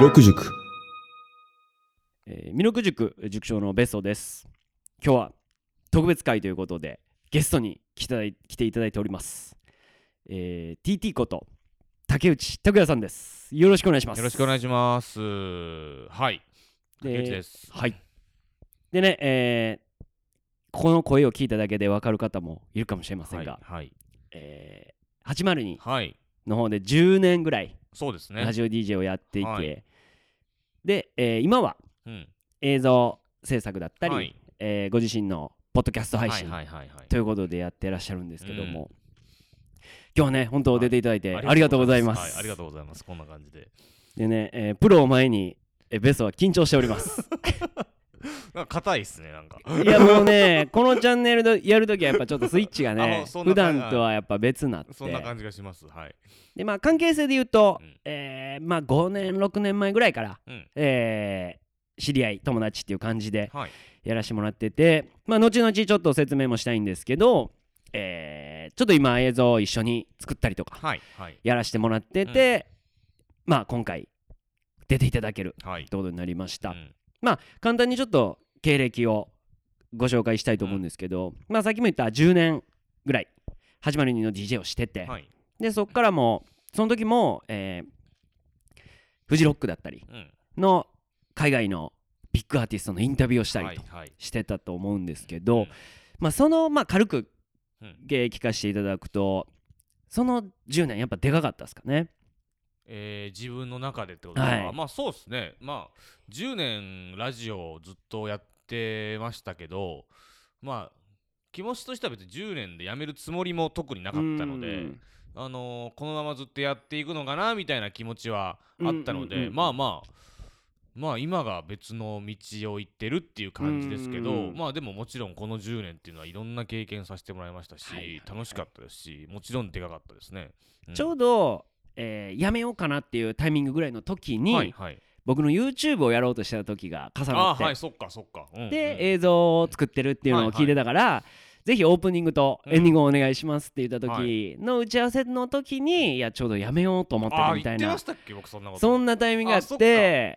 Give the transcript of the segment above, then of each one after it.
録塾弥勒塾塾長のベソです。今日は特別会ということでゲストに来ていただいております。TT こと竹内拓也さんです。よろしくお願いします。 よろしくお願いします。はい、竹内です。 はい。でね、この声を聞いただけで分かる方もいるかもしれませんが、 はい、 802 はい、 の方で10年ぐらいそうですね。 ラジオ DJ をやっていて、 はい、 で、今は映像制作だったり、 はい、 ご自身のポッドキャスト配信はいということでやってらっしゃるんですけども、今日はね本当出ていただいてありがとうございます。 はい、ありがとうございます。こんな感じで。 でね、プロを前にベソは緊張しております。 なんか硬いっすね、なんか。 いやもうねこのチャンネルでやるときはやっぱちょっとスイッチがね普段とはやっぱ別になって、 そんな感じがします。はい。 でまあ関係性で言うと、まあ5年6年前ぐらいから、知り合い友達っていう感じでやらせてもらってて、まあ後々ちょっと説明もしたいんですけど、ちょっと今映像を一緒に作ったりとかやらせてもらってて、まあ今回出ていただけるってことになりました。まあ簡単にちょっと経歴をご紹介したいと思うんですけど、まあさっきも言った10年ぐらい802の DJ をしてて、でそっからもその時も、フジロックだったりの海外のビッグアーティストのインタビューをしたりとしてたと思うんですけど、まあそのまあ軽く聞かせていただくと、その10年やっぱでかかったですかね。 自分の中でってことは、まあそうですね。まあ10年ラジオをずっとやってましたけど、まあ気持ちとしては別に10年でやめるつもりも特になかったので、このままずっとやっていくのかなみたいな気持ちはあったので、まあ今が別の道を行ってるっていう感じですけど、まあでももちろんこの10年っていうのはいろんな経験させてもらいましたし、楽しかったですし、もちろんでかかったですね。 ちょうどやめようかなっていうタイミングぐらいの時に、僕の YouTube をやろうとした時が重なって、 そっか、 で映像を作ってるっていうのを聞いてたから、ぜひオープニングとエンディングをお願いしますって言った時の打ち合わせの時に、いやちょうどやめようと思ってたみたいな、 言ってましたっけ、僕そんなこと。 そんなタイミングがあって、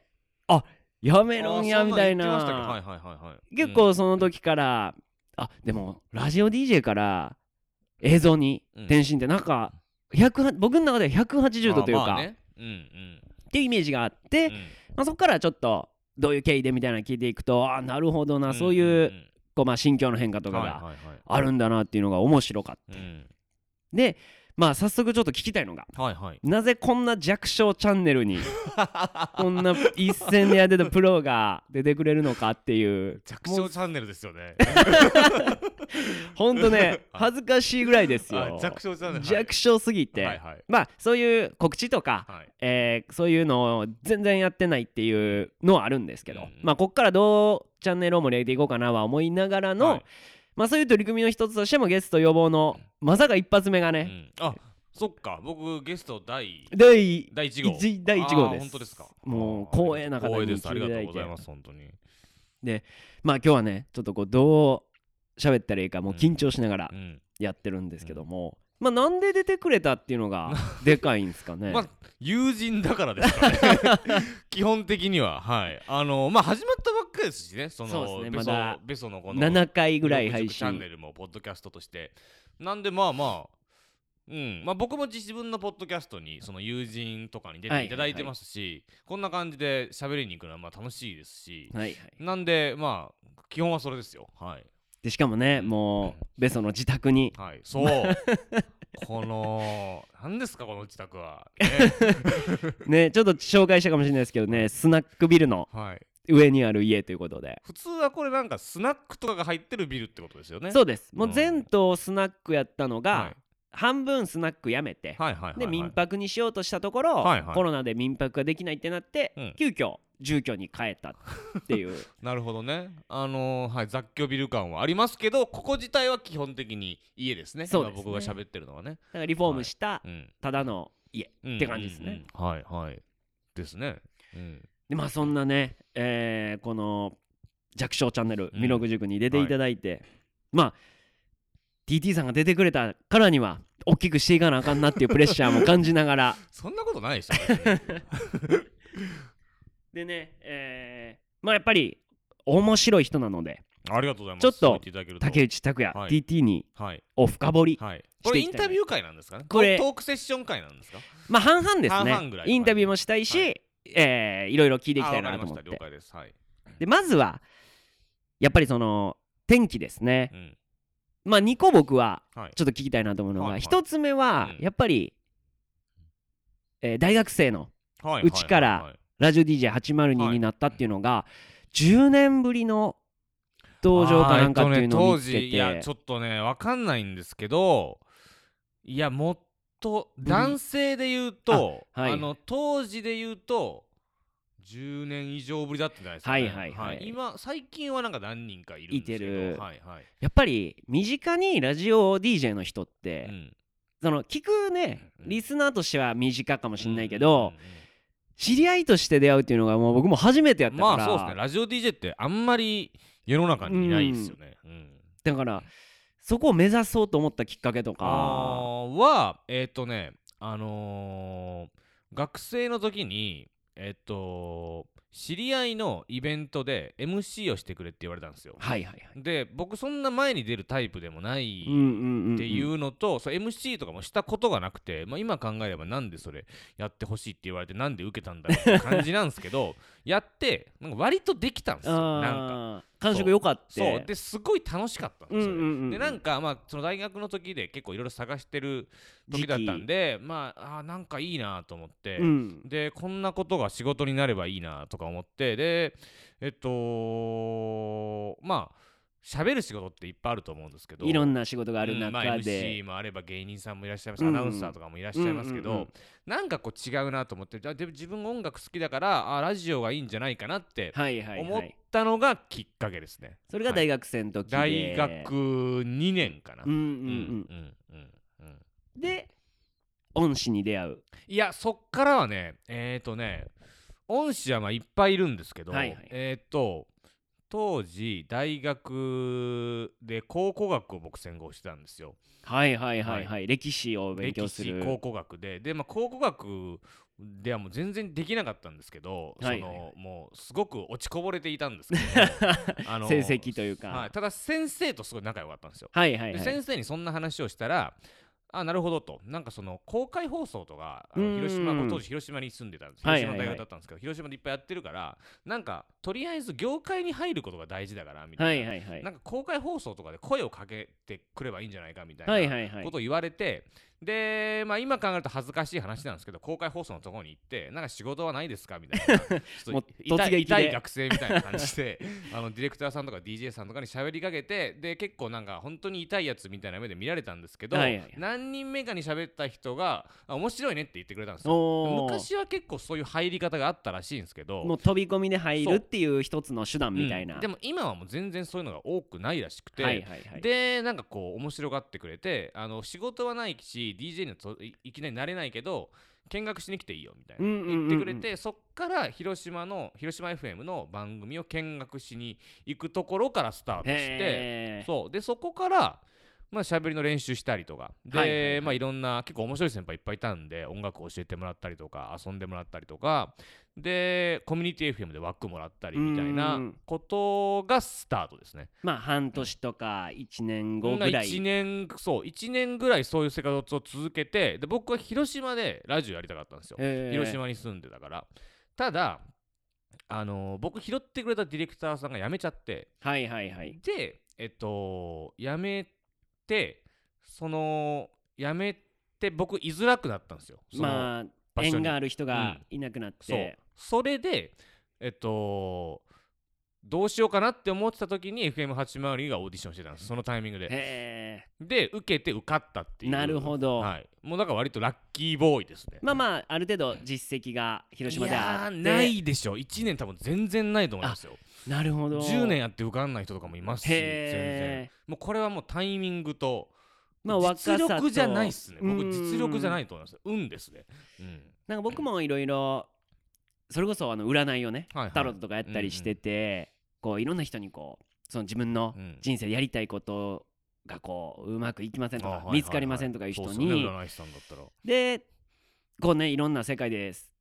やめるんやみたいな。結構その時からでもラジオ DJ から映像に転身ってなんか僕の中では180度というかっていうイメージがあって、まあ、そこからちょっとどういう経緯でみたいなの聞いていくと、なるほどな、そういうまあ心境の変化とかがあるんだなっていうのが面白かった。でまあ早速ちょっと聞きたいのが、なぜこんな弱小チャンネルにこんな一戦でやってたプロが出てくれるのかっていう。 弱小チャンネルですよね。 ほんとね恥ずかしいぐらいですよ。 弱小チャンネル、 弱小すぎて、まあそういう告知とか、そういうのを全然やってないっていうのはあるんですけど、まあこっからどうチャンネルを盛り上げていこうかなは思いながらの、まあそういう取り組みの一つとしてもゲスト予防のまさか一発目がね、 そっか、僕ゲスト第1号第1号です。 本当ですか。 もう光栄な方に来ていただいて、 ありがとうございます本当に。 でまあ今日はねちょっとこうどう喋ったらいいかもう緊張しながらやってるんですけども、まあなんで出てくれたっていうのがでかいんですかね。 まあ友人だからですかね。基本的にはまあ始まったばっかりですしね。そうですね、まだベソのこの 7回ぐらい配信チャンネルもポッドキャストとしてなんで、まあ僕も自分のポッドキャストにその友人とかに出ていただいてますし、こんな感じで喋りに行くのはまあ楽しいですし、なんでまあ基本はそれですよ。 でしかもねもうベソの自宅に、 そうこの何ですかこの自宅はねちょっと紹介したかもしれないですけどね、スナックビルの上にある家ということで、 普通はこれなんかスナックとかが入ってるビルってことですよね。 そうです。もう全棟スナックやったのが、半分スナックやめて、で民泊にしようとしたところ、コロナで民泊ができないってなって、急遽住居に変えたっていうなるほどね。雑居ビル感はありますけど、ここ自体は基本的に家ですね。そうですね、僕が喋ってるのはね。 だからリフォームした、ただの家って感じですね。 ですね。 でまあそんなね、この弱小チャンネル弥勒塾に出ていただいて、まあTT さんが出てくれたからには大きくしていかなあかんなっていうプレッシャーも感じながらそんなことないでしょ。 でね、まあやっぱり面白い人なので、 ありがとうございます。 ちょっとと竹内拓也、 はい、 TT にを深掘りしていきたい、はい、 これインタビュー会なんですかね。これトークセッション会なんですか。 まあ半々ですね。 半々ぐらいインタビューもしたいし、はい、いろいろ聞いていきたいなと思って。 了解です。はい。 でまずはやっぱりその天気ですね、まあ2個僕はちょっと聞きたいなと思うのが、1つ目はやっぱり、大学生のうちからラジオ DJ802 になったっていうのが10年ぶりの登場かなんかっていうのを見つけて、 当時いやちょっとね分かんないんですけど、いやもっと男性で言うと、当時で言うと10年以上ぶりだったんじゃないですかね。今最近はなんか何人かいるんですけど、 やっぱり身近にラジオ DJ の人って、その聞くね、リスナーとしては身近かもしんないけど、知り合いとして出会うっていうのがもう僕も初めてやったから。 まあそうですね、ラジオ DJ ってあんまり世の中にいないですよね。 だからそこを目指そうと思ったきっかけとかは学生の時に知り合いのイベントで MC をしてくれって言われたんですよ。で僕そんな前に出るタイプでもないっていうのと、MC とかもしたことがなくて、今考えればなんでそれやってほしいって言われてなんで受けたんだろうって感じなんですけどやってなんか割とできたんですよ。なんか感触良かった。 そうですごい楽しかったんですよね。でなんかその大学の時で結構いろいろ探してる時だったんで、なんかいいなと思って、でこんなことが仕事になればいいなとか思って、で喋る仕事っていっぱいあると思うんですけど、 いろんな仕事がある中で、 MC もあれば芸人さんもいらっしゃいます、アナウンサーとかもいらっしゃいますけど、なんかこう違うなと思って、で自分音楽好きだからラジオがいいんじゃないかなって思ったのがきっかけですね。 それが大学生の時で、 大学2年かな。 で恩師に出会う。 いやそっからはね恩師はいっぱいいるんですけど、当時大学で考古学を僕専攻してたんですよ。 歴史を勉強する歴史考古学で考古学ではもう全然できなかったんですけど、もうすごく落ちこぼれていたんですけど成績というか、 ただ先生とすごい仲良かったんですよ。 で先生にそんな話をしたらなるほどと、なんかその公開放送とか広島、当時広島に住んでたんです、広島の大学だったんですけど、広島でいっぱいやってるから、なんかとりあえず業界に入ることが大事だからみたいな、なんか公開放送とかで声をかけてくればいいんじゃないかみたいなことを言われて、で今考えると恥ずかしい話なんですけど、公開放送のところに行ってなんか仕事はないですかみたいなちょっと痛い学生みたいな感じでディレクターさんとか DJ さんとかに喋りかけて、で結構なんか本当に痛いやつみたいな目で見られたんですけど、何人目かに喋った人が面白いねって言ってくれたんですよ。昔は結構そういう入り方があったらしいんですけど、 もう飛び込みで入るっていう一つの手段みたいな、 でも今はもう全然そういうのが多くないらしくて、でなんかこう面白がってくれて、仕事はないしDJ にいきなりなれないけど見学しに来ていいよみたいな言ってくれて、そっから広島 FM の番組を見学しに行くところからスタートして、そこから喋りの練習したりとかで、いろんな結構面白い先輩いっぱいいたんで音楽を教えてもらったりとか遊んでもらったりとかで、コミュニティ FM で枠もらったりみたいなことがスタートですね。 半年とか1年後ぐらい、 1年ぐらいそういう生活を続けて、で僕は広島でラジオやりたかったんですよ。広島に住んでたから。ただ僕拾ってくれたディレクターさんが辞めちゃって、で辞めて辞めて僕居づらくなったんですよ。 縁がある人がいなくなって、 それでどうしようかなって思ってた時に FM802 がオーディションしてたんです、そのタイミングで。で受けて受かったっていう。 なるほど、 もうだから割とラッキーボーイですね。 ある程度実績が広島であって。 ないでしょ、1年多分全然ないと思いますよ。 なるほど。 10年やって受かんない人とかもいますし、全然もうこれはもうタイミングと実力じゃないっすね。僕実力じゃないと思います。運ですね。 なんか僕もいろいろそれこそ占いをね、タロットとかやったりしてて、こういろんな人にこうその自分の人生でやりたいことがこううまくいきませんとか見つかりませんとかいう人に、でこうねいろんな世界で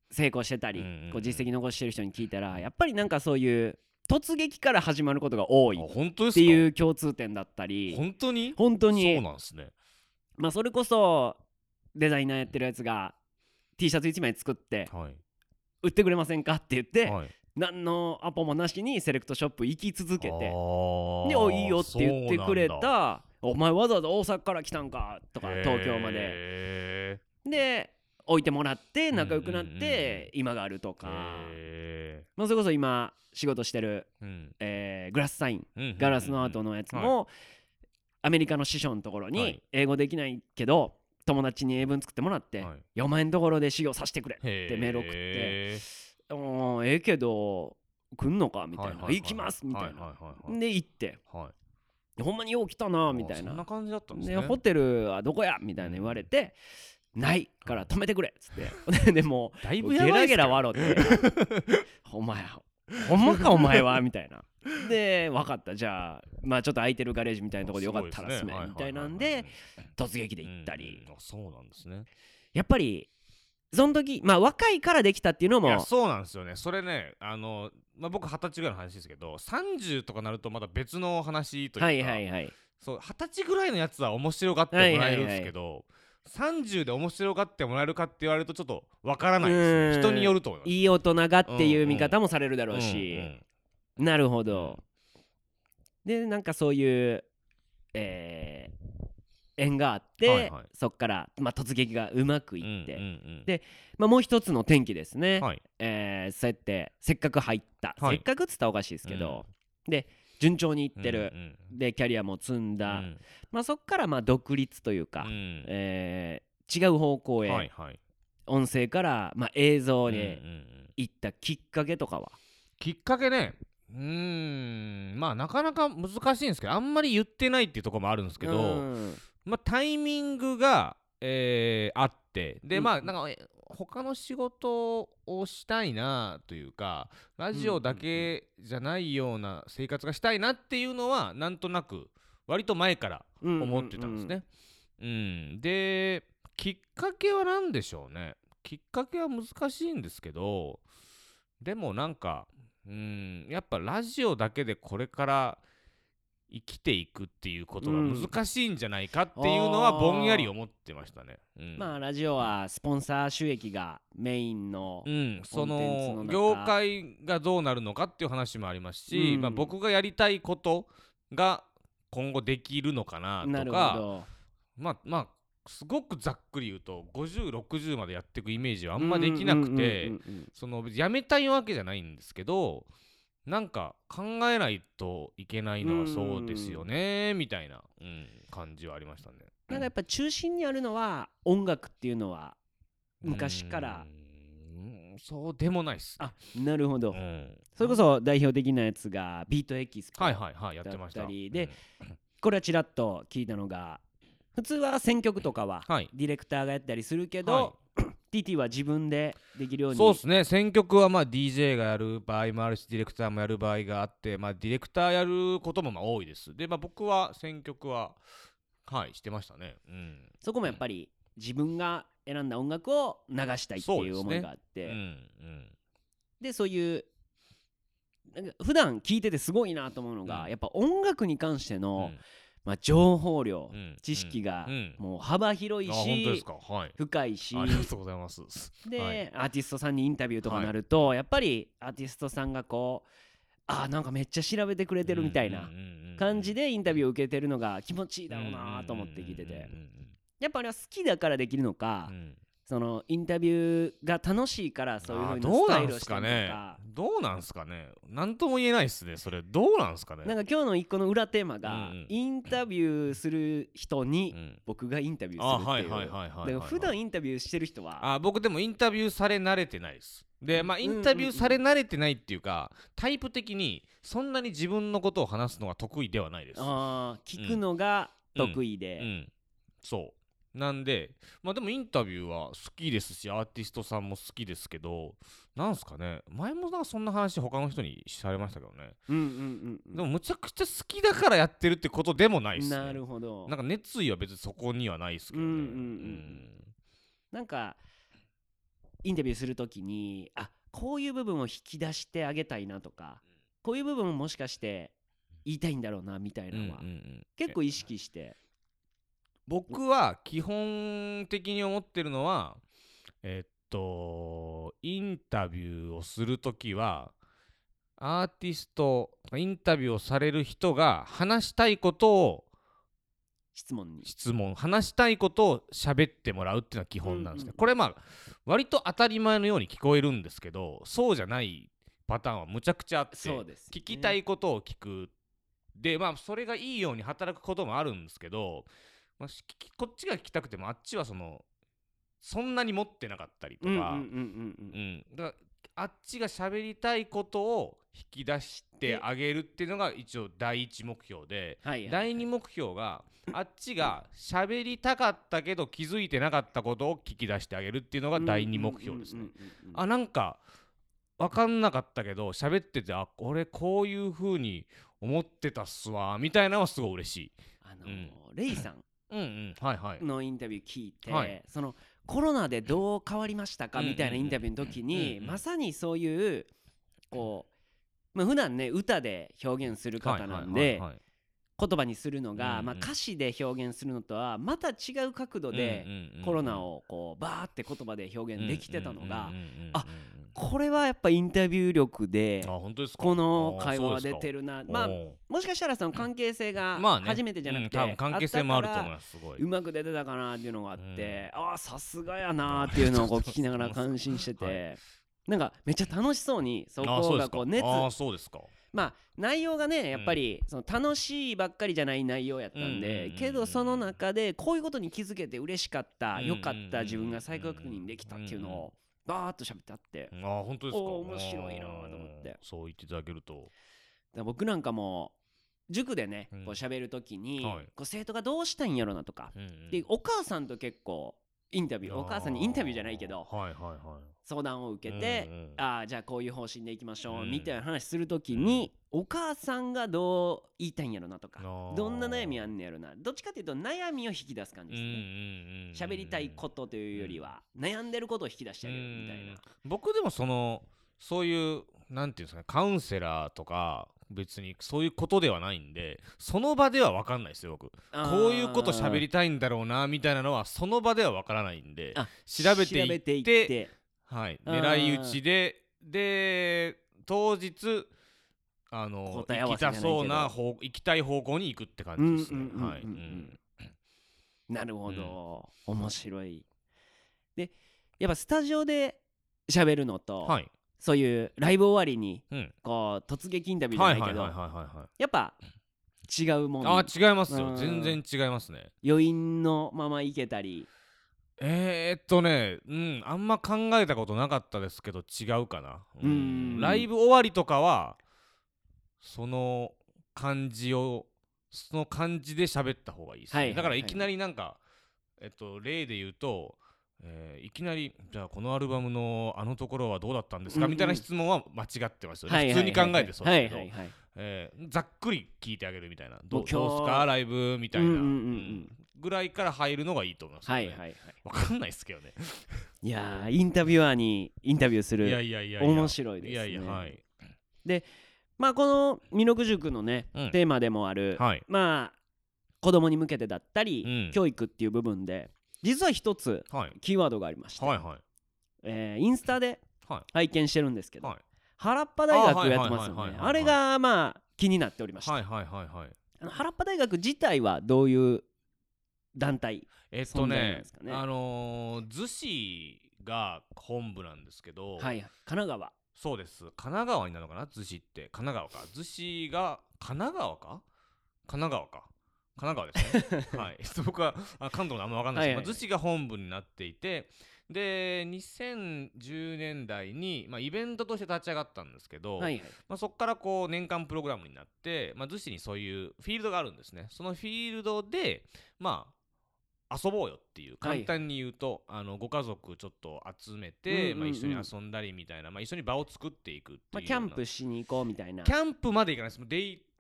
成功してたり、こう実績残してる人に聞いたら、やっぱりなんかそういう突撃から始まることが多いっていう共通点だったり。 本当にそうなんですね。 まあそれこそデザイナーやってるやつが T シャツ1枚作って、売ってくれませんかって言って、何のアポもなしにセレクトショップ行き続けて、でおいいよって言ってくれた、お前わざわざ大阪から来たんかとか、東京までで置いてもらって仲良くなって今があるとか、まあそれこそ今仕事してるグラスサイン、ガラスのアートのやつもアメリカの師匠のところに英語できないけど友達に英文作ってもらって、お前のところで修行させてくれってメール送って、ええけど来んのかみたいな、行きますみたいなで行って、ほんまによう来たなみたいな、 そんな感じだったんですね。 ホテルはどこやみたいな言われて、ないから止めてくれっつってでもだいぶやばいっすけどゲラゲラ笑ってお前ほんまかお前はみたいなで分かった、じゃあまあちょっと空いてるガレージみたいなところでよかったら住めみたいなんで突撃で行ったり、 そうなんですね。 やっぱりその時まあ若いからできたっていうのも、いやそうなんですよね。それね、僕20歳ぐらいの話ですけど、30とかなるとまた別の話というか、そう20歳ぐらいのやつは面白がってもらえるんですけど、30で面白がってもらえるかって言われるとちょっとわからないですね。人によると思います。 いい大人がっていう見方もされるだろうし、なるほど。でなんかそういう縁があって、そっから、まあ、突撃がうまくいって、で、まあ、もう一つの転機ですね、そうやってせっかく入った、せっかくっつったらおかしいですけど、で順調にいってる、でキャリアも積んだ、まあ、そっからまあ独立というか、違う方向へ、音声から、まあ、映像に行ったきっかけとかは。 きっかけね、まあなかなか難しいんですけど、あんまり言ってないっていうところもあるんですけど、まあタイミングが、あって、でまあなんか他の仕事をしたいなというか、ラジオだけじゃないような生活がしたいなっていうのはなんとなく割と前から思ってたんですね。できっかけは何でしょうね。きっかけは難しいんですけど、でもなんかやっぱラジオだけでこれから生きていくっていうことが難しいんじゃないかっていうのはぼんやり思ってましたね。 まあラジオはスポンサー収益がメインのその業界がどうなるのかっていう話もありますし、まあ、僕がやりたいことが今後できるのかなとか、まあすごくざっくり言うと50、60までやっていくイメージはあんまできなくて、そのやめたいわけじゃないんですけど、なんか考えないといけないのはそうですよねみたいな、感じはありましたね。 なんかやっぱ中心にあるのは音楽っていうのは昔からそうでもないっす、 あ、なるほど、それこそ代表的なやつがビートエキスポだったりで、これはちらっと聞いたのが、普通は選曲とかはディレクターがやったりするけど、TT は自分でできるように。 そうですね、選曲はまあ DJ がやる場合もあるし、ディレクターもやる場合があって、まあ、ディレクターやることもまあ多いです。で、まあ、僕は選曲はしてましたね。 そこもやっぱり自分が選んだ音楽を流したいっていう思いがあって、でそういうなんか普段聴いててすごいなと思うのが、やっぱ音楽に関しての、まあ、情報量、知識がもう幅広いし、深いし、 ありがとうございます。 で、アーティストさんにインタビューとかなると、やっぱりアーティストさんがこうなんかめっちゃ調べてくれてるみたいな感じでインタビューを受けてるのが気持ちいいだろうなと思って聞いてて、やっぱあれは好きだからできるのか、そのインタビューが楽しいからそういう風なスタイルをしてるのか、 どうなんすかね、なんとも言えないっすね。それどうなんすかね。 なんか今日の一個の裏テーマが、インタビューする人に僕がインタビューするっていう。だから普段インタビューしてる人は、 僕でもインタビューされ慣れてないです。でまあインタビューされ慣れてないっていうか、タイプ的にそんなに自分のことを話すのが得意ではないです。 聞くのが得意で、 そうなんで、まあでもインタビューは好きですし、アーティストさんも好きですけど、なんすかね、前もなんかそんな話他の人にされましたけどね。でもむちゃくちゃ好きだからやってるってことでもないっすね。 なるほど。 なんか熱意は別にそこにはないっすけどね。 なんかインタビューするときにこういう部分を引き出してあげたいなとか、こういう部分ももしかして言いたいんだろうなみたいなのは結構意識して、 僕は基本的に思ってるのはインタビューをするときはアーティストインタビューをされる人が話したいことを話したいことを喋ってもらうっていうのは基本なんですね。これ割と当たり前のように聞こえるんですけど、そうじゃないパターンはむちゃくちゃあって、 そうですね、 聞きたいことを聞くでそれがいいように働くこともあるんですけど、こっちが聞きたくてもあっちはそんなに持ってなかったりとか、だからあっちが喋りたいことを引き出してあげるっていうのが一応第一目標で、第二目標があっちが喋りたかったけど気づいてなかったことを聞き出してあげるっていうのが第二目標ですね。なんか分かんなかったけど喋ってて俺こういう風に思ってたっすわみたいなのはすごい嬉しい。 レイさんのインタビュー聞いて、そのコロナでどう変わりましたかみたいなインタビューの時にまさにそういうこう、普段ね歌で表現する方なんで言葉にするのが、歌詞で表現するのとはまた違う角度でコロナをこうバーって言葉で表現できてたのが、これはやっぱインタビュー力でこの会話が出てるな。もしかしたらその関係性が初めてじゃなくて、 多分関係性もあると思います。すごいうまく出てたかなっていうのがあって、さすがやなっていうのをこう聞きながら感心してて、なんかめっちゃ楽しそうにそこがこうそうですか。 内容がねやっぱりその楽しいばっかりじゃない内容やったんで、けどその中でこういうことに気づけて嬉しかった、よかった、自分が再確認できたっていうのをバーッと喋ってあって、 本当ですか。 面白いなと思って。 そう言っていただけると、 僕なんかも塾でねこう喋るときに、こう生徒がどうしたいんやろなとか、でお母さんと結構インタビュー、お母さんにインタビューじゃないけど相談を受けて、じゃあこういう方針でいきましょうみたいな話するときに、お母さんがどう言いたいんやろなとか、どんな悩みあんねやろな、どっちかっていうと悩みを引き出す感じですね。喋りたいことというよりは悩んでることを引き出してあげるみたいな。 僕でもそういうなんていうんですかね、カウンセラーとか別にそういうことではないんで、その場では分かんないですよ。僕こういうこと喋りたいんだろうなみたいなのはその場では分からないんで、調べていって狙い撃ちで当日行きたそうな行きたい方向に行くって感じですね。 なるほど、面白い。でやっぱスタジオで喋るのと、そういうライブ終わりにこう突撃インタビューじゃないけど、やっぱ違うもん。 違いますよ。全然違いますね。 余韻のままいけたり、 あんま考えたことなかったですけど違うかな。ライブ終わりとかはその感じで喋った方がいいですね。だからいきなりなんか例で言うといきなりじゃあこのアルバムのあのところはどうだったんですかみたいな質問は間違ってますよね。普通に考えてそうですけど、ざっくり聞いてあげるみたいな、どうすかライブみたいなぐらいから入るのがいいと思いますね。分かんないですけどね。 いやインタビュアーにインタビューする面白いですね。でこの弥勒塾のねテーマでもある子供に向けてだったり教育っていう部分で実は一つキーワードがありまして、インスタで拝見してるんですけど、原っぱ大学やってますよね。あれが気になっておりました。原っぱ大学自体はどういう団体存在なんですかね。 逗子が本部なんですけど、 神奈川。 そうです。神奈川になるのかな、逗子って神奈川か。逗子が神奈川か神奈川ですね。僕は関東のあんま分かんないですけど、逗子が本部になっていて、で2010年代に、イベントとして立ち上がったんですけど、そこからこう年間プログラムになって、逗子にそういうフィールドがあるんですね。そのフィールドで遊ぼうよっていう、簡単に言うと、ご家族ちょっと集めて、一緒に遊んだりみたいな、一緒に場を作っていくっていう、 キャンプしに行こうみたいな。 キャンプまでいかないです。デイ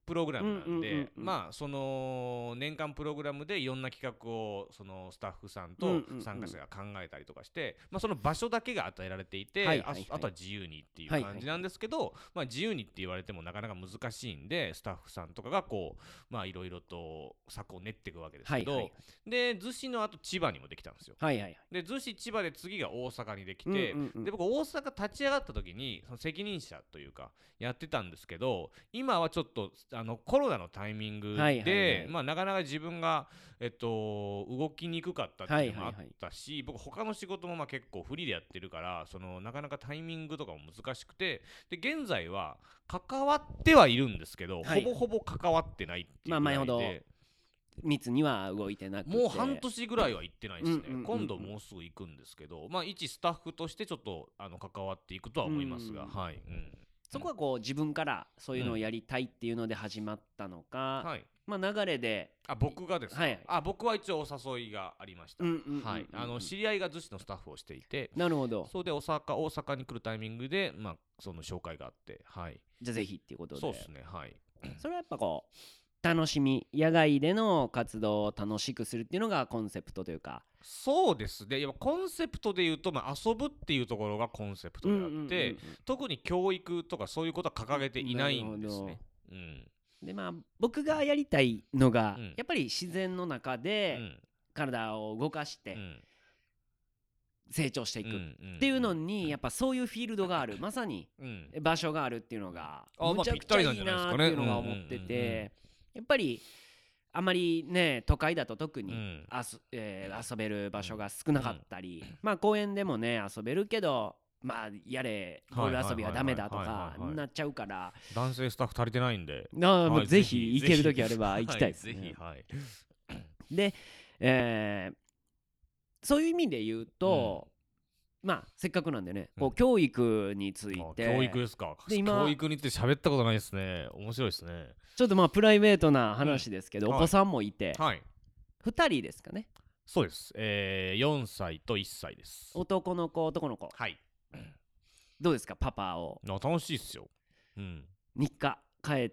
プログラムなんで、まあその年間プログラムでいろんな企画をそのスタッフさんと参加者が考えたりとかして、まあその場所だけが与えられていて、あとは自由にっていう感じなんですけど、まあ自由にって言われてもなかなか難しいんで、スタッフさんとかがこうまあいろいろと策を練っていくわけですけど、で逗子の後千葉にもできたんですよ。で逗子千葉で次が大阪にできて、で僕大阪立ち上がった時にその責任者というかやってたんですけど、今はちょっとコロナのタイミングで、まあなかなか自分が動きにくかったっていうのもあったし、僕他の仕事もまあ結構フリーでやってるから、そのなかなかタイミングとかも難しくて、で現在は関わってはいるんですけど、ほぼほぼ関わってないっていうぐらいで、 密には動いてなくて、 もう半年ぐらいは行ってないですね。今度もうすぐ行くんですけど、まあ一スタッフとしてちょっと関わっていくとは思いますが、はい。 そこはこう自分からそういうのをやりたいっていうので始まったのか、まあ流れで、 僕がですね、僕は一応お誘いがありました。知り合いが逗子のスタッフをしていて、 なるほど。 それで大阪に来るタイミングでまあその紹介があって、 じゃあぜひっていうことで。 そうですね。 それはやっぱこう楽しみ、野外での活動を楽しくするっていうのがコンセプトというか。 そうですね。コンセプトで言うと、まあ、遊ぶっていうところがコンセプトであって、特に教育とかそういうことは掲げていないんですね。 でまあ僕がやりたいのが、やっぱり自然の中で体を動かして成長していくっていうのに、やっぱそういうフィールドがある、まさに場所があるっていうのがむちゃくちゃいいなっていうのが思ってて、やっぱりあまりね都会だと特に遊べる場所が少なかったり、まあ公園でもね遊べるけど、まあやれボール遊びはダメだとかなっちゃうから、 男性スタッフ足りてないんで、 ぜひ行ける時あれば行きたいですね。でそういう意味で言うと、まあせっかくなんでね、こう教育について。 教育ですか。教育について喋ったことないですね。面白いですね。 ちょっとまあプライベートな話ですけど、お子さんもいて、2人ですかね。 そうです。4歳と1歳です。 男の子男の子。どうですかパパを。 楽しいっすよ。 日課帰って。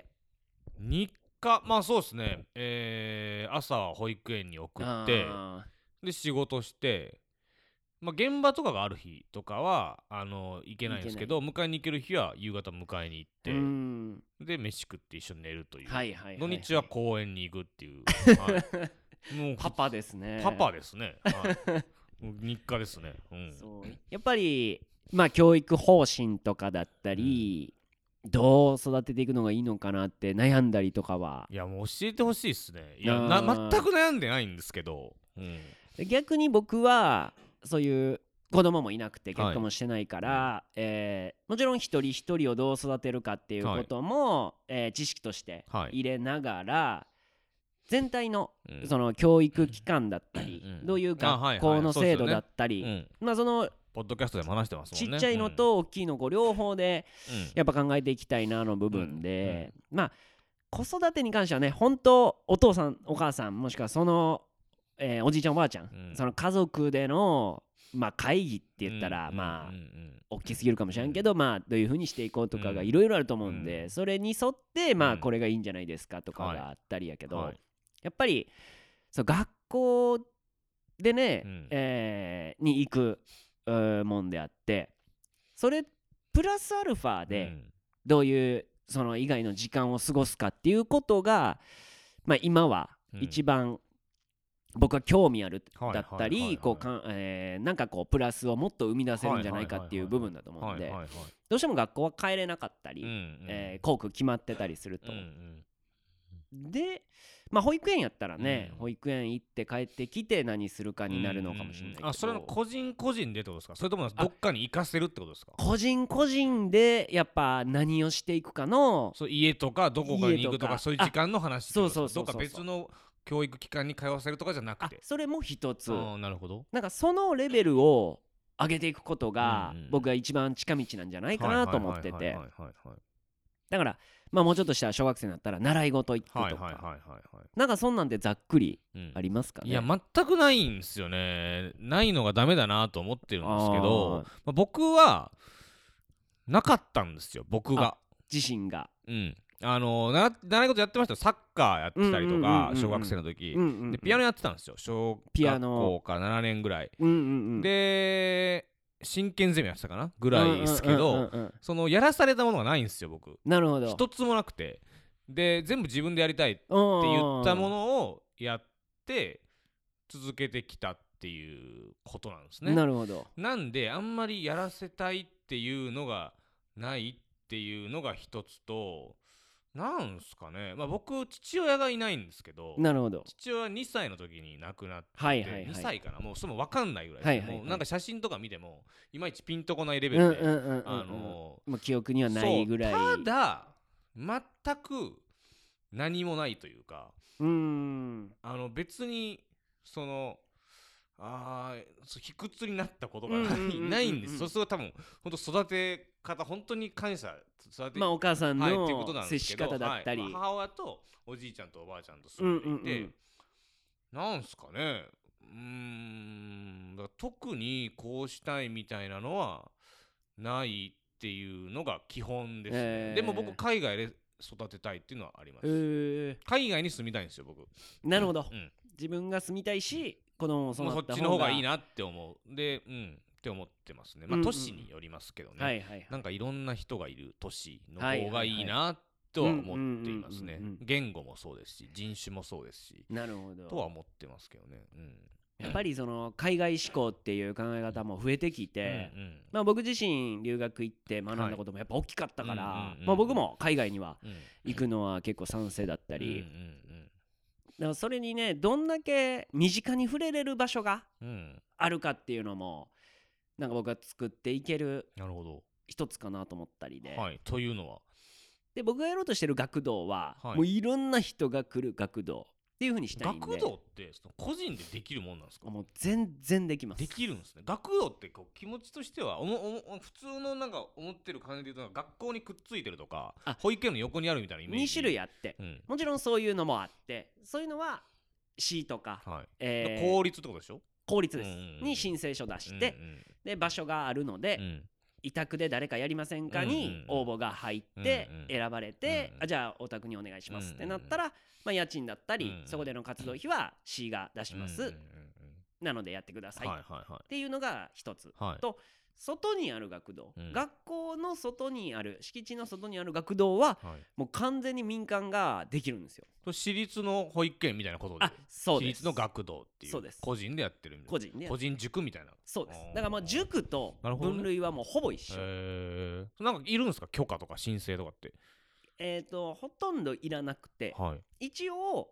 日課まあそうですね。朝は保育園に送ってで仕事して、まあ、現場とかがある日とかは行けないんですけど、迎えに行ける日は夕方迎えに行って、で飯食って一緒に寝るという、土日は公園に行くっていう、 もうパパですね。 パパですね。日課ですね。 そうやっぱりまあ教育方針とかだったり、どう育てていくのがいいのかなって悩んだりとかは。 いやもう教えてほしいですね。いや全く悩んでないんですけど、 逆に僕はそういう子供もいなくて結婚もしてないから、もちろん一人一人をどう育てるかっていうことも、知識として入れながら、全体のその教育機関だったり、どういう学校の制度だったり、まあそのポッドキャストでも話してますもんね。 ちっちゃいのと大きいの両方でやっぱ考えていきたいなの部分で、まあ子育てに関してはね、本当お父さんお母さんもしくはそのおじいちゃんおばあちゃん、その家族でのまあ会議って言ったらまあ大きすぎるかもしれんけど、まあどういう風にしていこうとかがいろいろあると思うんで、それに沿ってまあこれがいいんじゃないですかとかがあったりやけど、やっぱりそう学校でねに行くもんであって、それプラスアルファでどういうその以外の時間を過ごすかっていうことが、まあ今は一番僕は興味あるだったり、なんかこうプラスをもっと生み出せるんじゃないかっていう部分だと思うんで、どうしても学校は帰れなかったり、校区決まってたりすると。でまあ保育園やったらね、保育園行って帰ってきて何するかになるのかもしれないけど、 それの個人個人でってことですか、それともどっかに行かせるってことですか。 個人個人でやっぱ何をしていくかの、 そう家とかどこかに行くとかそういう時間の話、どっか別の教育機関に通わせるとかじゃなくて、 それも一つ。 なるほど。 なんかそのレベルを上げていくことが僕が一番近道なんじゃないかなと思ってて、だからまあもうちょっとしたら小学生になったら習い事行くとか、なんかそんなんでざっくりありますかね。 いや全くないんですよね。ないのがダメだなと思ってるんですけど、僕はなかったんですよ、僕が自身が。 習い事やってました。サッカーやってたりとか、小学生の時、でピアノやってたんですよ、小学校から7年ぐらい、で真剣ゼミやってたかなぐらいですけど、そのやらされたものがないんですよ僕。 なるほど。 一つもなくて、で全部自分でやりたいって言ったものをやって続けてきたっていうことなんですね。 なるほど。 なんであんまりやらせたいっていうのがないっていうのが一つと、なんすかね、まあ僕父親がいないんですけど、 なるほど。 父親は2歳の時に亡くなってて、2歳かな、もうそれも分かんないぐらいです、もうなんか写真とか見てもいまいちピンとこないレベルで、 もう記憶にはないぐらい。 ただ全く何もないというか、別にその卑屈になったことがないんです。そうすると多分本当育て方本当に感謝、 お母さんの接し方だったり、 母親とおじいちゃんとおばあちゃんと住んでいて、なんすかね、だから特にこうしたいみたいなのはないっていうのが基本ですね。でも僕海外で育てたいっていうのはあります。海外に住みたいんですよ僕。 なるほど、自分が住みたいし、子供もそっちの方がいいなって思う。で、って思ってますね。まあ都市によりますけどね。なんかいろんな人がいる都市の方がいいなとは思っていますね。言語もそうですし、人種もそうですし。 なるほど。 とは思ってますけどね。 やっぱりその海外志向っていう考え方も増えてきて、僕自身留学行って学んだこともやっぱ大きかったから、僕も海外には行くのは結構賛成だったり、だからそれにね、どんだけ身近に触れれる場所があるかっていうのもなんか僕は作っていける一つかなと思ったりで、 というのはで僕がやろうとしてる学童は、もういろんな人が来る学童っていう風にしたいんで。 学童って個人でできるもんなんですか？ もう全然できます。 できるんですね。学童ってこう気持ちとしては普通のなんか思ってる感じで言うと学校にくっついてるとか保育園の横にあるみたいなイメージ。 2種類あって、もちろんそういうのもあって、そういうのは市とか、 公立ってことでしょ？ 公立です、に申請書出して、で場所があるので、委託で誰かやりませんかに応募が入って選ばれて、じゃあお宅にお願いしますってなったら、家賃だったりそこでの活動費は市が出します、なのでやってくださいっていうのが一つと、外にある学童、学校の外にある敷地の外にある学童はもう完全に民間ができるんですよ。 私立の保育園みたいなことで。 そうです。 私立の学童っていう。そうです。個人でやってるみたいな。個人塾みたいな。 そうです。だからまあ塾と分類はもうほぼ一緒。 なんかいるんですか、許可とか申請とかって？ ほとんどいらなくて、一応、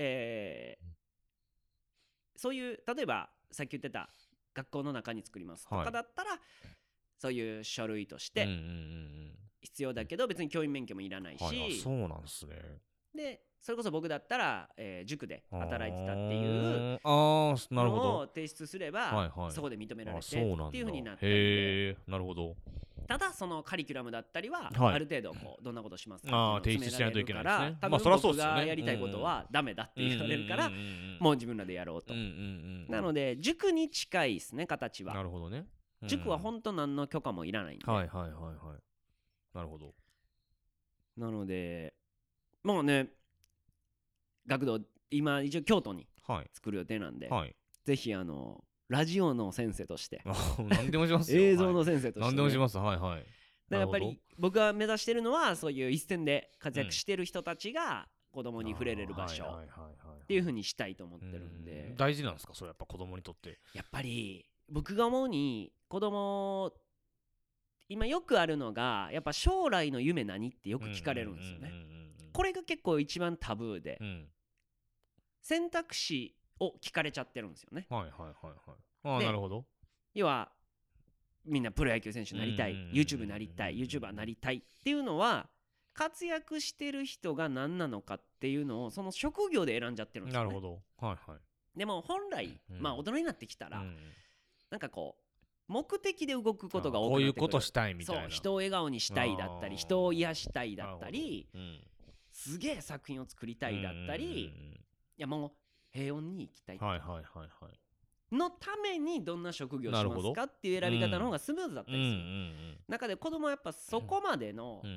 そういう例えばさっき言ってた学校の中に作りますとかだったら、そういう書類として必要だけど、別に教員免許もいらないし、 そうなんですね。 でそれこそ僕だったら、塾で働いてたっていうのを提出すれば、そこで認められてっていう風になったんで。 なるほど。 ただそのカリキュラムだったりは、ある程度こうどんなことしますかっていうのを詰められるから、多分僕がやりたいことはダメだって言われるから、もう自分らでやろうと。なので塾に近いですね、形は。 なるほどね。 塾は本当何の許可もいらないんで。 なるほど。 なのでもうね、学童今一応京都に作る予定なんで、ぜひラジオの先生として何でもしますよ。 映像の先生として、 何でもします。だからやっぱり僕が目指してるのは、そういう一線で活躍してる人たちが子供に触れれる場所っていう風にしたいと思ってるんで。 大事なんですか、それやっぱ子供にとって？ やっぱり僕が思うに、子供今よくあるのが、やっぱ将来の夢何ってよく聞かれるんですよね。これが結構一番タブーで、選択肢を聞かれちゃってるんですよね。 なるほど。 要はみんなプロ野球選手になりたい、YouTube になりたい、YouTuber になりたいっていうのは、活躍してる人が何なのかっていうのをその職業で選んじゃってるんですよね。 なるほど。 でも本来、大人になってきたら、なんかこう目的で動くことが多くなってくる。 こういうことしたいみたいな。 そう、人を笑顔にしたいだったり、人を癒したいだったり、すげえ作品を作りたいだったり、いやもう平穏に生きたいのためにどんな職業しますかっていう選び方の方がスムーズだったりする。中で子供はやっぱそこまでの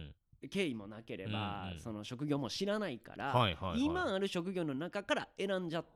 経緯もなければ、その職業も知らないから、今ある職業の中から選んじゃって、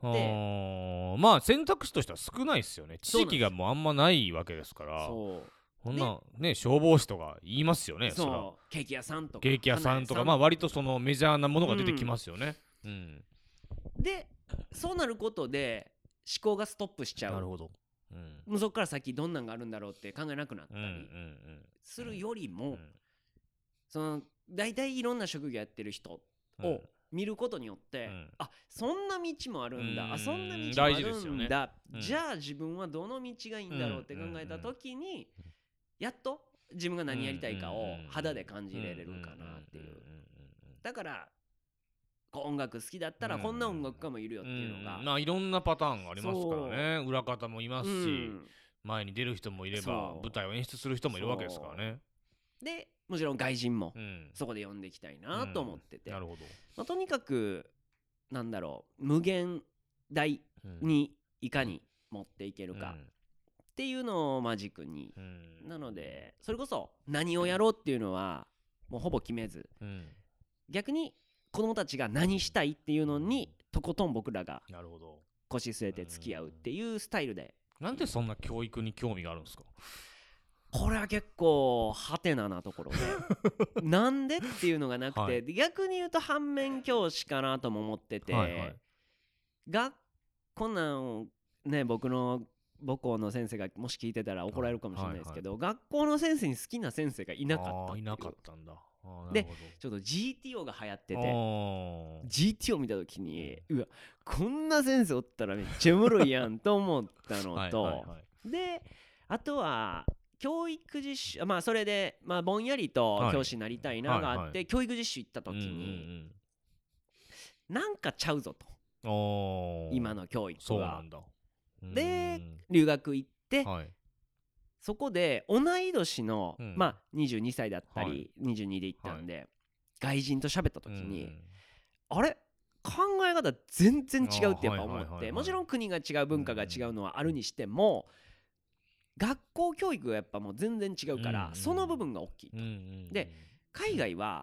まあ選択肢としては少ないですよね。知識がもうあんまないわけですから。こんなね、消防士とか言いますよね。 そうケーキ屋さんとかまあ割とそのメジャーなものが出てきますよね。 でそうなることで思考がストップしちゃう。 なるほど。 もうそこから先どんなんがあるんだろうって考えなくなったりするよりも、その大体いろんな職業やってる人を見ることによって、あ、そんな道もあるんだ、あ、そんな道もあるんだ、じゃあ自分はどの道がいいんだろうって考えた時に、やっと自分が何やりたいかを肌で感じれるかなっていう。だから音楽好きだったらこんな音楽家もいるよっていうのが、 まあいろんなパターンがありますからね。裏方もいますし、前に出る人もいれば舞台を演出する人もいるわけですからね。 でもちろん外人もそこで呼んでいきたいなと思ってて、 なるほど。 まあ、とにかくなんだろう、無限大にいかに持っていけるかっていうのをマジックに、なのでそれこそ何をやろうっていうのはもうほぼ決めず、逆に子供たちが何したいっていうのにとことん僕らが腰据えて付き合うっていうスタイルで。 なんでそんな教育に興味があるんですか？ これは結構ハテナなところでなんでっていうのがなくて、逆に言うと反面教師かなとも思ってて、こんなんね、僕の母校の先生がもし聞いてたら怒られるかもしれないですけど、学校の先生に好きな先生がいなかったっていう。 いなかったんだ。 でちょっと GTO が流行ってて、GTO 見た時に、うわ、こんな先生おったらめっちゃおもろいやんと思ったのと、であとは教育実習、まあそれでまあぼんやりと教師になりたいながあって、教育実習行った時に、なんかちゃうぞと、今の教育は。で留学行って、そこで同い年の、まあ22歳だったり、22で行ったんで、外人と喋った時に、あれ考え方全然違うってやっぱ思って、もちろん国が違う文化が違うのはあるにしても、学校教育がやっぱもう全然違うから、その部分が大きいと。で海外は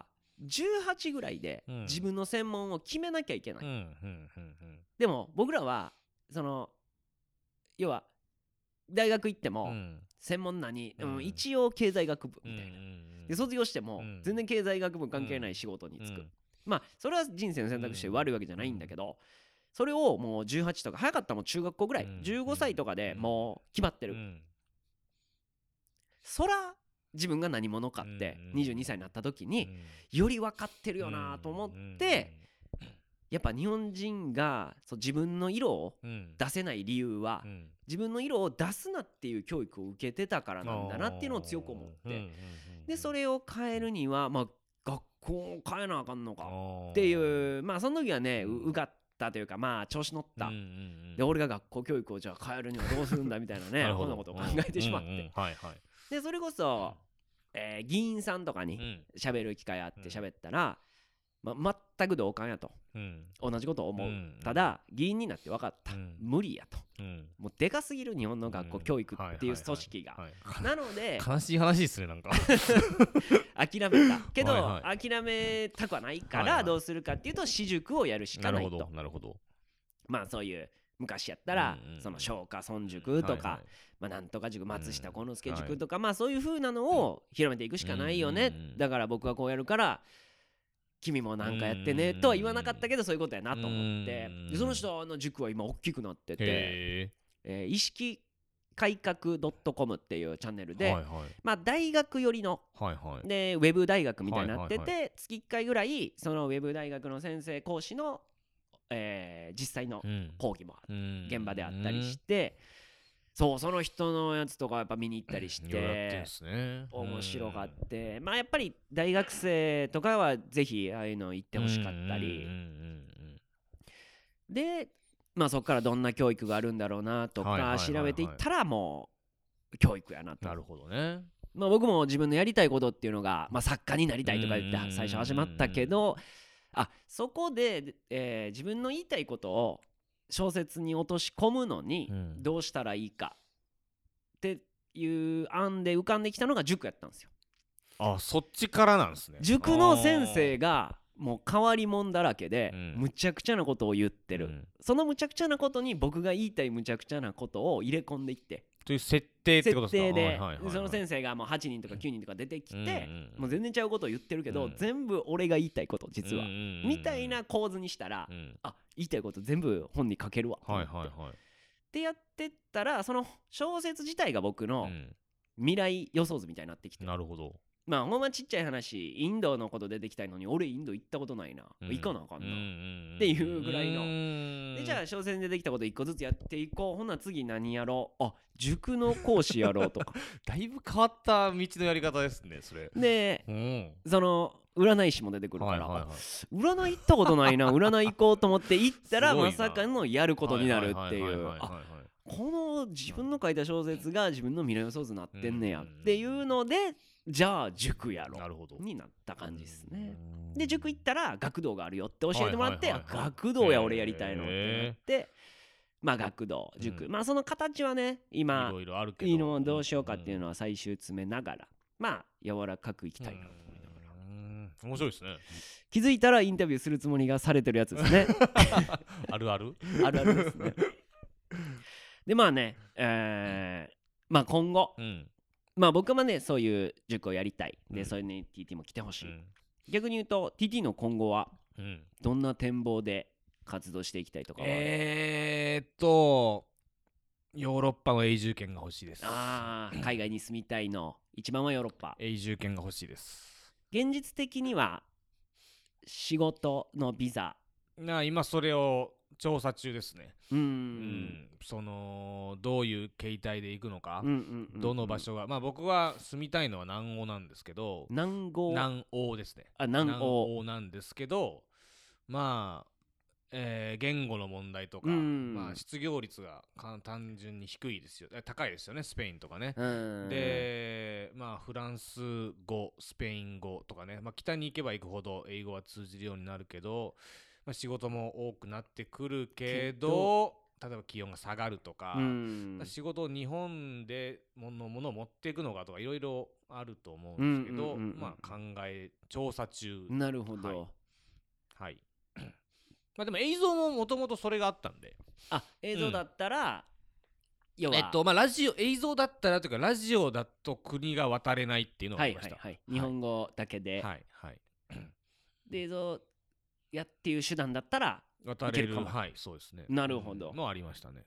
18ぐらいで自分の専門を決めなきゃいけない。でも僕らはその要は大学行っても専門何、一応経済学部みたいなで、卒業しても全然経済学部関係ない仕事に就く。まあそれは人生の選択肢で悪いわけじゃないんだけど、それをもう18とか、早かったらもう中学校ぐらい、15歳とかでもう決まってる。そら自分が何者かって22歳になった時により分かってるよなと思って、やっぱ日本人がそう自分の色を出せない理由は、自分の色を出すなっていう教育を受けてたからなんだなっていうのを強く思って、でそれを変えるには、まあ学校を変えなあかんのかっていう、まあその時はね、うがったというか、まあ調子乗った、で俺が学校教育をじゃあ変えるにはどうするんだみたいなねこんなことを考えてしまって、でそれこそ、議員さんとかに喋る機会あって喋ったら、全く同感やと、同じことを思う、ただ議員になって分かった、無理やと、もうでかすぎる日本の学校教育っていう組織が、なので悲しい話ですね、なんか諦めたけど、諦めたくはないからどうするかっていうと、私塾をやるしかないと。 なるほど。 まあそういう昔やったらその松下村塾とか、まあなんとか塾、松下幸之助塾とか、まあそういう風なのを広めていくしかないよね。だから僕はこうやるから君もなんかやってねとは言わなかったけど、そういうことやなと思って、その人の塾は今大きくなってて、意識改革 .com っていうチャンネルで、まあ大学寄りのでウェブ大学みたいになってて、月1回ぐらいそのウェブ大学の先生講師の実際の講義も現場であったりして、その人のやつとかやっぱ見に行ったりして面白がって、まあやっぱり大学生とかはぜひああいうの行ってほしかったりで、まあそこからどんな教育があるんだろうなとか調べていったら、もう教育やなと。 なるほどね。 まあ僕も自分のやりたいことっていうのが、まあ作家になりたいとか言って最初始まったけど、そこで、自分の言いたいことを小説に落とし込むのにどうしたらいいかっていう案で浮かんできたのが塾やったんですよ。 あ、そっちからなんですね。 塾の先生がもう変わり者だらけで、むちゃくちゃなことを言ってる、そのむちゃくちゃなことに僕が言いたいむちゃくちゃなことを入れ込んでいってという設定ってことですか。 設定で、その先生がもう8人とか9人とか出てきて、もう全然ちゃうことを言ってるけど、全部俺が言いたいこと実は、みたいな構図にしたら、あ、言いたいこと全部本に書けるわってやってったら、その小説自体が僕の未来予想図みたいになってきて、 なるほど。 まあほんまちっちゃい話、インドのこと出てきたいのに俺インド行ったことないな、行かなあかんなっていうぐらいので、じゃあ小説に出てきたこと1個ずつやっていこう、ほな次何やろう、あ、塾の講師やろうとかだいぶ変わった道のやり方ですねそれで、その占い師も出てくるから、占い行ったことないな、占い行こうと思って行ったらまさかのやることになるっていう、あ、この自分の書いた小説が自分の未来予想図になってんねやっていうので、じゃあ塾やろうになった感じですね。で塾行ったら学童があるよって教えてもらって、学童や俺やりたいのってなって、まあ学童塾、まあその形はね今いいのどうしようかっていうのは最終詰めながら、まあ柔らかくいきたいなと思いながら。 面白いですね。 気づいたらインタビューするつもりがされてるやつですねあるあるあるあるですね。でまあね、まあ今後、まあ僕もねそういう塾をやりたいで、そういうね TT も来てほしい、逆に言うと TT の今後はどんな展望で活動していきたいとかは、 ヨーロッパの永住権が欲しいです。 ああ、海外に住みたいの一番はヨーロッパ。 永住権が欲しいです。 現実的には仕事のビザ、 今それを調査中ですね。そのどういう形態で行くのか、どの場所が、まあ僕は住みたいのは南欧なんですけど、南欧ですね。南欧なんですけど、まあ言語の問題とか、まあ失業率が単純に低いですよ、高いですよね、スペインとかね。で、まあフランス語、スペイン語とかね、まあ北に行けば行くほど英語は通じるようになるけど、まあ、仕事も多くなってくるけど、例えば気温が下がるとか、仕事を日本で物を持っていくのかとかいろいろあると思うんですけど、まあ調査中。 なるほど。 はい。まあでも映像ももともとそれがあったんで、 映像だったら、要はまあラジオ映像だったらというかラジオだと国が渡れないっていうのがありました。 日本語だけで、で映像やっていう手段だったら渡れる、そうですね。 なるほど。 もありましたね。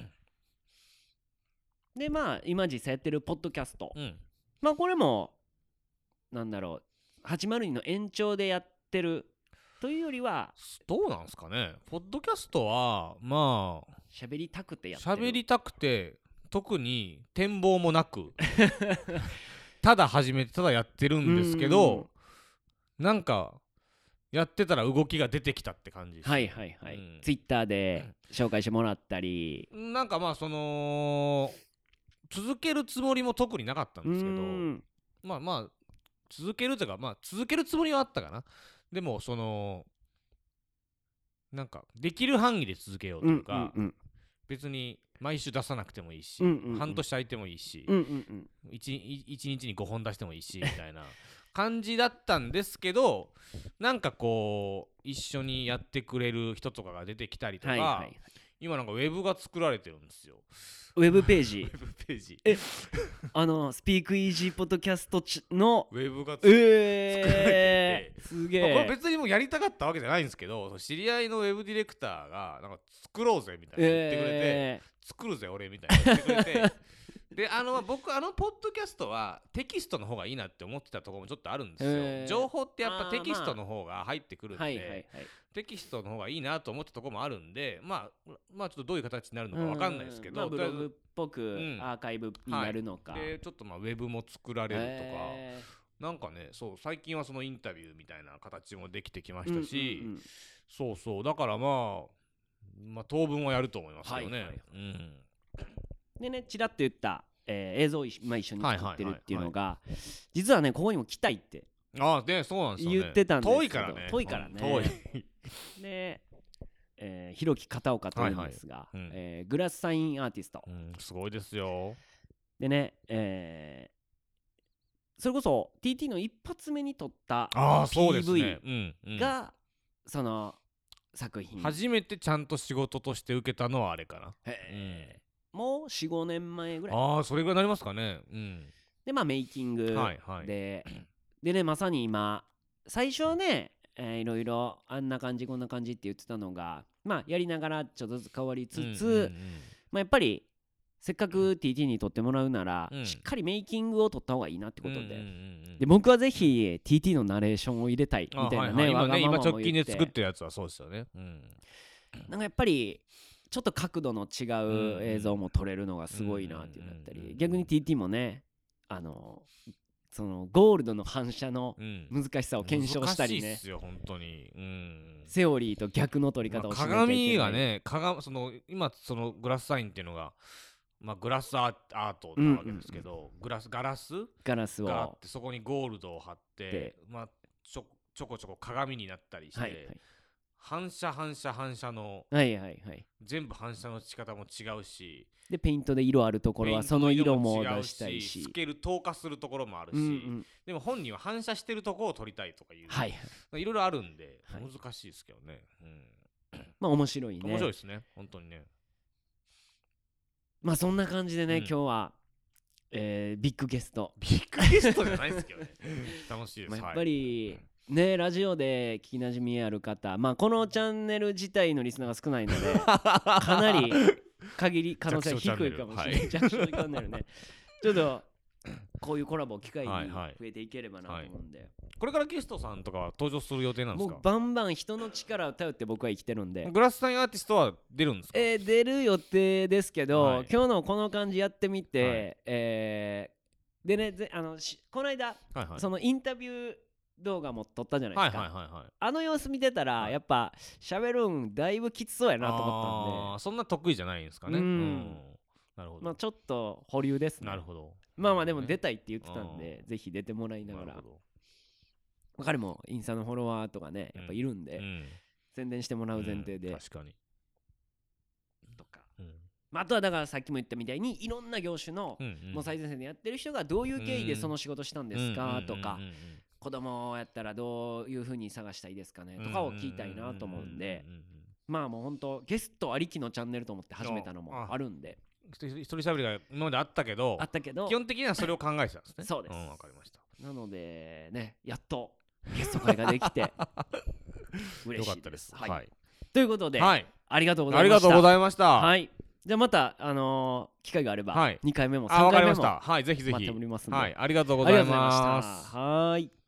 でまあ今実際やってるポッドキャスト、まあこれもなんだろう、802の延長でやってるというよりは、 どうなんですかね。ポッドキャストはまあ喋りたくてやってる。 喋りたくて、特に展望もなくただ始めてただやってるんですけど、なんかやってたら動きが出てきたって感じです。 ツイッターで紹介してもらったり、 なんかまあその続けるつもりも特になかったんですけど、まあ続けるというか、まあ続けるつもりはあったかな。でもそのなんかできる範囲で続けようというか、別に毎週出さなくてもいいし、半年空いてもいいし、1日に5本出してもいいしみたいな感じだったんですけど、なんかこう一緒にやってくれる人とかが出てきたりとか、今なんかウェブが作られてるんですよ。 ウェブページスピークイージーポッドキャストのウェブが作られてて、 すげえ、 これ別にもうやりたかったわけじゃないんですけど、知り合いのウェブディレクターがなんか作ろうぜみたいな言ってくれて、作るぜ俺みたいな言ってくれてで僕ポッドキャストはテキストの方がいいなって思ってたところもちょっとあるんですよ。情報ってやっぱテキストの方が入ってくるんで、テキストの方がいいなと思ったところもあるんで、まあちょっとどういう形になるのか分かんないですけど、 ブログっぽくアーカイブになるのか、 でちょっとまあウェブも作られるとか、なんかね、そう最近はそのインタビューみたいな形もできてきましたし、そうだからまあ当分はやると思いますけどね。 でね、ちらっと言った映像を一緒に作ってるっていうのが、実はねここにも来たいってそうなんですよね、 言ってたんですけど、 遠いからねで、ひろき片岡というんですが、グラスサインアーティスト、 すごいですよ。 でね、 それこそ TT の一発目に撮った PV がその作品、 初めてちゃんと仕事として受けたのはあれかな。 もう 4,5 年前ぐらい。 それぐらいになりますかね。 でメイキングで、でね、まさに今最初はね、いろいろあんな感じこんな感じって言ってたのが、やりながらちょっとずつ変わりつつ、やっぱりせっかく TT に撮ってもらうなら、しっかりメイキングを撮った方がいいなってことで、で僕はぜひ TT のナレーションを入れたいみたいなね、 今直近で作ってるやつはそうですよね。 なんかやっぱりちょっと角度の違う映像も撮れるのがすごいなっていうのだったり、逆に TT もね、そのゴールドの反射の難しさを検証したりね、 難しいっすよ本当に。 セオリーと逆の撮り方をしなきゃいけない。 鏡がね、その今そのグラスサインっていうのが、グラスアートなわけですけど、ガラスがあって、そこにゴールドを貼って、ちょこちょこ鏡になったりして、反射の、全部反射の仕方も違うし、 でペイントで色あるところはその色も出したいし、 スケール透過するところもあるし、でも本人は反射してるところを撮りたいとかいう、いろいろあるんで難しいですけどね。 面白いね。 面白いですね本当にね。 そんな感じでね、今日はビッグゲストじゃないですけどね。楽しいです。 やっぱりね、ラジオで聞きなじみある方、このチャンネル自体のリスナーが少ないのでかなり可能性が低いかもしれない。弱小チャンネルね。ちょっとこういうコラボを機会に増えていければなと思うんで、 これからゲストさんとかは登場する予定なんですか？ もうバンバン人の力を頼って僕は生きてるんで。 グラスサインアーティストは出るんですか？ 出る予定ですけど、今日のこの感じやってみて、でね、この間、そのインタビュー動画も撮ったじゃないですか。あの様子見てたら、やっぱ喋るんだいぶきつそうやなと思ったんで。 そんな得意じゃないんですかね。なるほど。 ちょっと保留ですね。 なるほど。 でも出たいって言ってたんで、ぜひ出てもらいながら。彼もインスタのフォロワーとかね、やっぱいるんで、宣伝してもらう前提で。 確かに。 とか。あとはだからさっきも言ったみたいに、いろんな業種のもう最前線でやってる人がどういう経緯でその仕事したんですかとか、子供やったらどういう風に探したいですかねとかを聞きたいなと思うんで、もう本当ゲストありきのチャンネルと思って始めたのもあるんで、 一人喋りが今まであったけど基本的にはそれを考えてたんですね。 そうです。 わかりました。 なのでね、やっとゲスト会ができて嬉しいです。ということで、ありがとうございました。 ありがとうございました。 はい。じゃあまた機会があれば2回目も3回目もぜひぜひ待っておりますので、 ありがとうございます。 はい。